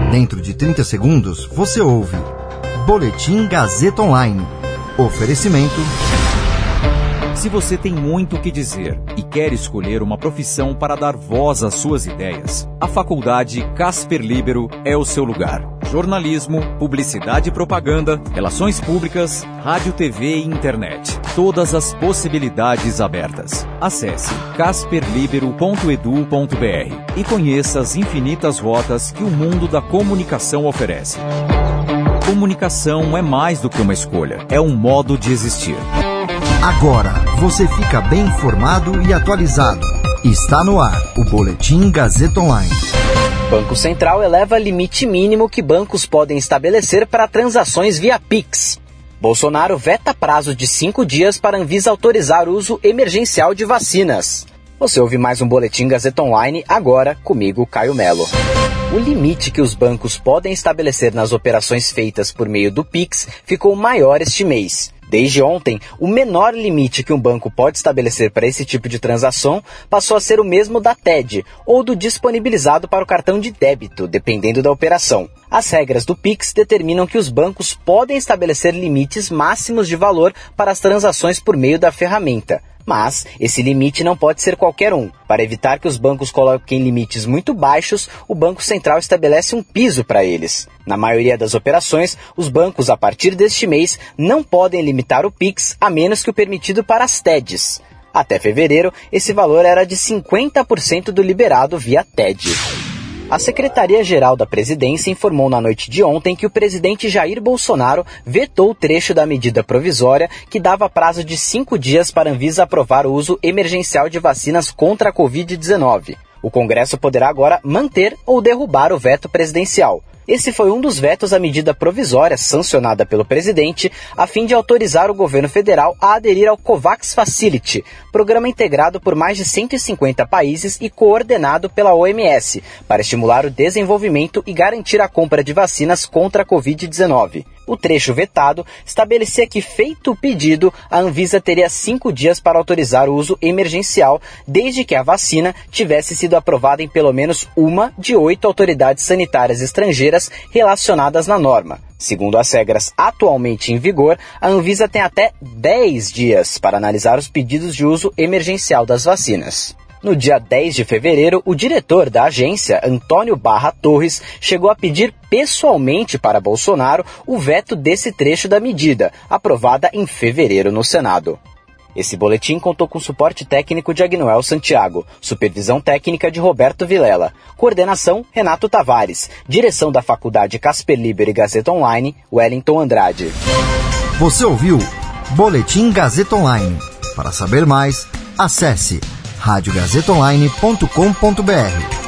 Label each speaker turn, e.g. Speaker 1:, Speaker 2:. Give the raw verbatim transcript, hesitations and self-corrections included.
Speaker 1: Dentro de trinta segundos, você ouve Boletim Gazeta Online. Oferecimento...
Speaker 2: Se você tem muito o que dizer e quer escolher uma profissão para dar voz às suas ideias, a Faculdade Casper Líbero é o seu lugar. Jornalismo, publicidade e propaganda, relações públicas, rádio, T V e internet. Todas as possibilidades abertas. Acesse casper libero ponto edu ponto br e conheça as infinitas rotas que o mundo da comunicação oferece. Comunicação é mais do que uma escolha, é um modo de existir.
Speaker 1: Agora você fica bem informado e atualizado. Está no ar o Boletim Gazeta Online.
Speaker 3: Banco Central eleva limite mínimo que bancos podem estabelecer para transações via Pix. Bolsonaro veta prazo de cinco dias para a Anvisa autorizar o uso emergencial de vacinas. Você ouve mais um Boletim Gazeta Online agora, comigo, Caio Melo. O limite que os bancos podem estabelecer nas operações feitas por meio do Pix ficou maior este mês. Desde ontem, o menor limite que um banco pode estabelecer para esse tipo de transação passou a ser o mesmo da T E D, ou do disponibilizado para o cartão de débito, dependendo da operação. As regras do Pix determinam que os bancos podem estabelecer limites máximos de valor para as transações por meio da ferramenta. Mas esse limite não pode ser qualquer um. Para evitar que os bancos coloquem limites muito baixos, o Banco Central estabelece um piso para eles. Na maioria das operações, os bancos, a partir deste mês, não podem limitar o Pix a menos que o permitido para as T E Ds. Até fevereiro, esse valor era de cinquenta por cento do liberado via T E D. A Secretaria-Geral da Presidência informou na noite de ontem que o presidente Jair Bolsonaro vetou o trecho da medida provisória que dava prazo de cinco dias para a Anvisa aprovar o uso emergencial de vacinas contra a covid dezenove. O Congresso poderá agora manter ou derrubar o veto presidencial. Esse foi um dos vetos à medida provisória sancionada pelo presidente a fim de autorizar o governo federal a aderir ao COVAX Facility, programa integrado por mais de cento e cinquenta países e coordenado pela O M S, para estimular o desenvolvimento e garantir a compra de vacinas contra a covid dezenove. O trecho vetado estabelecia que, feito o pedido, a Anvisa teria cinco dias para autorizar o uso emergencial, desde que a vacina tivesse sido aprovada em pelo menos uma de oito autoridades sanitárias estrangeiras relacionadas na norma. Segundo as regras atualmente em vigor, a Anvisa tem até dez dias para analisar os pedidos de uso emergencial das vacinas. No dia dez de fevereiro, o diretor da agência, Antônio Barra Torres, chegou a pedir pessoalmente para Bolsonaro o veto desse trecho da medida, aprovada em fevereiro no Senado. Esse boletim contou com suporte técnico de Agnoel Santiago, supervisão técnica de Roberto Vilela, coordenação Renato Tavares, direção da Faculdade Casper Líbero e Gazeta Online, Wellington Andrade.
Speaker 1: Você ouviu Boletim Gazeta Online. Para saber mais, acesse rádio gazeta online ponto com ponto br.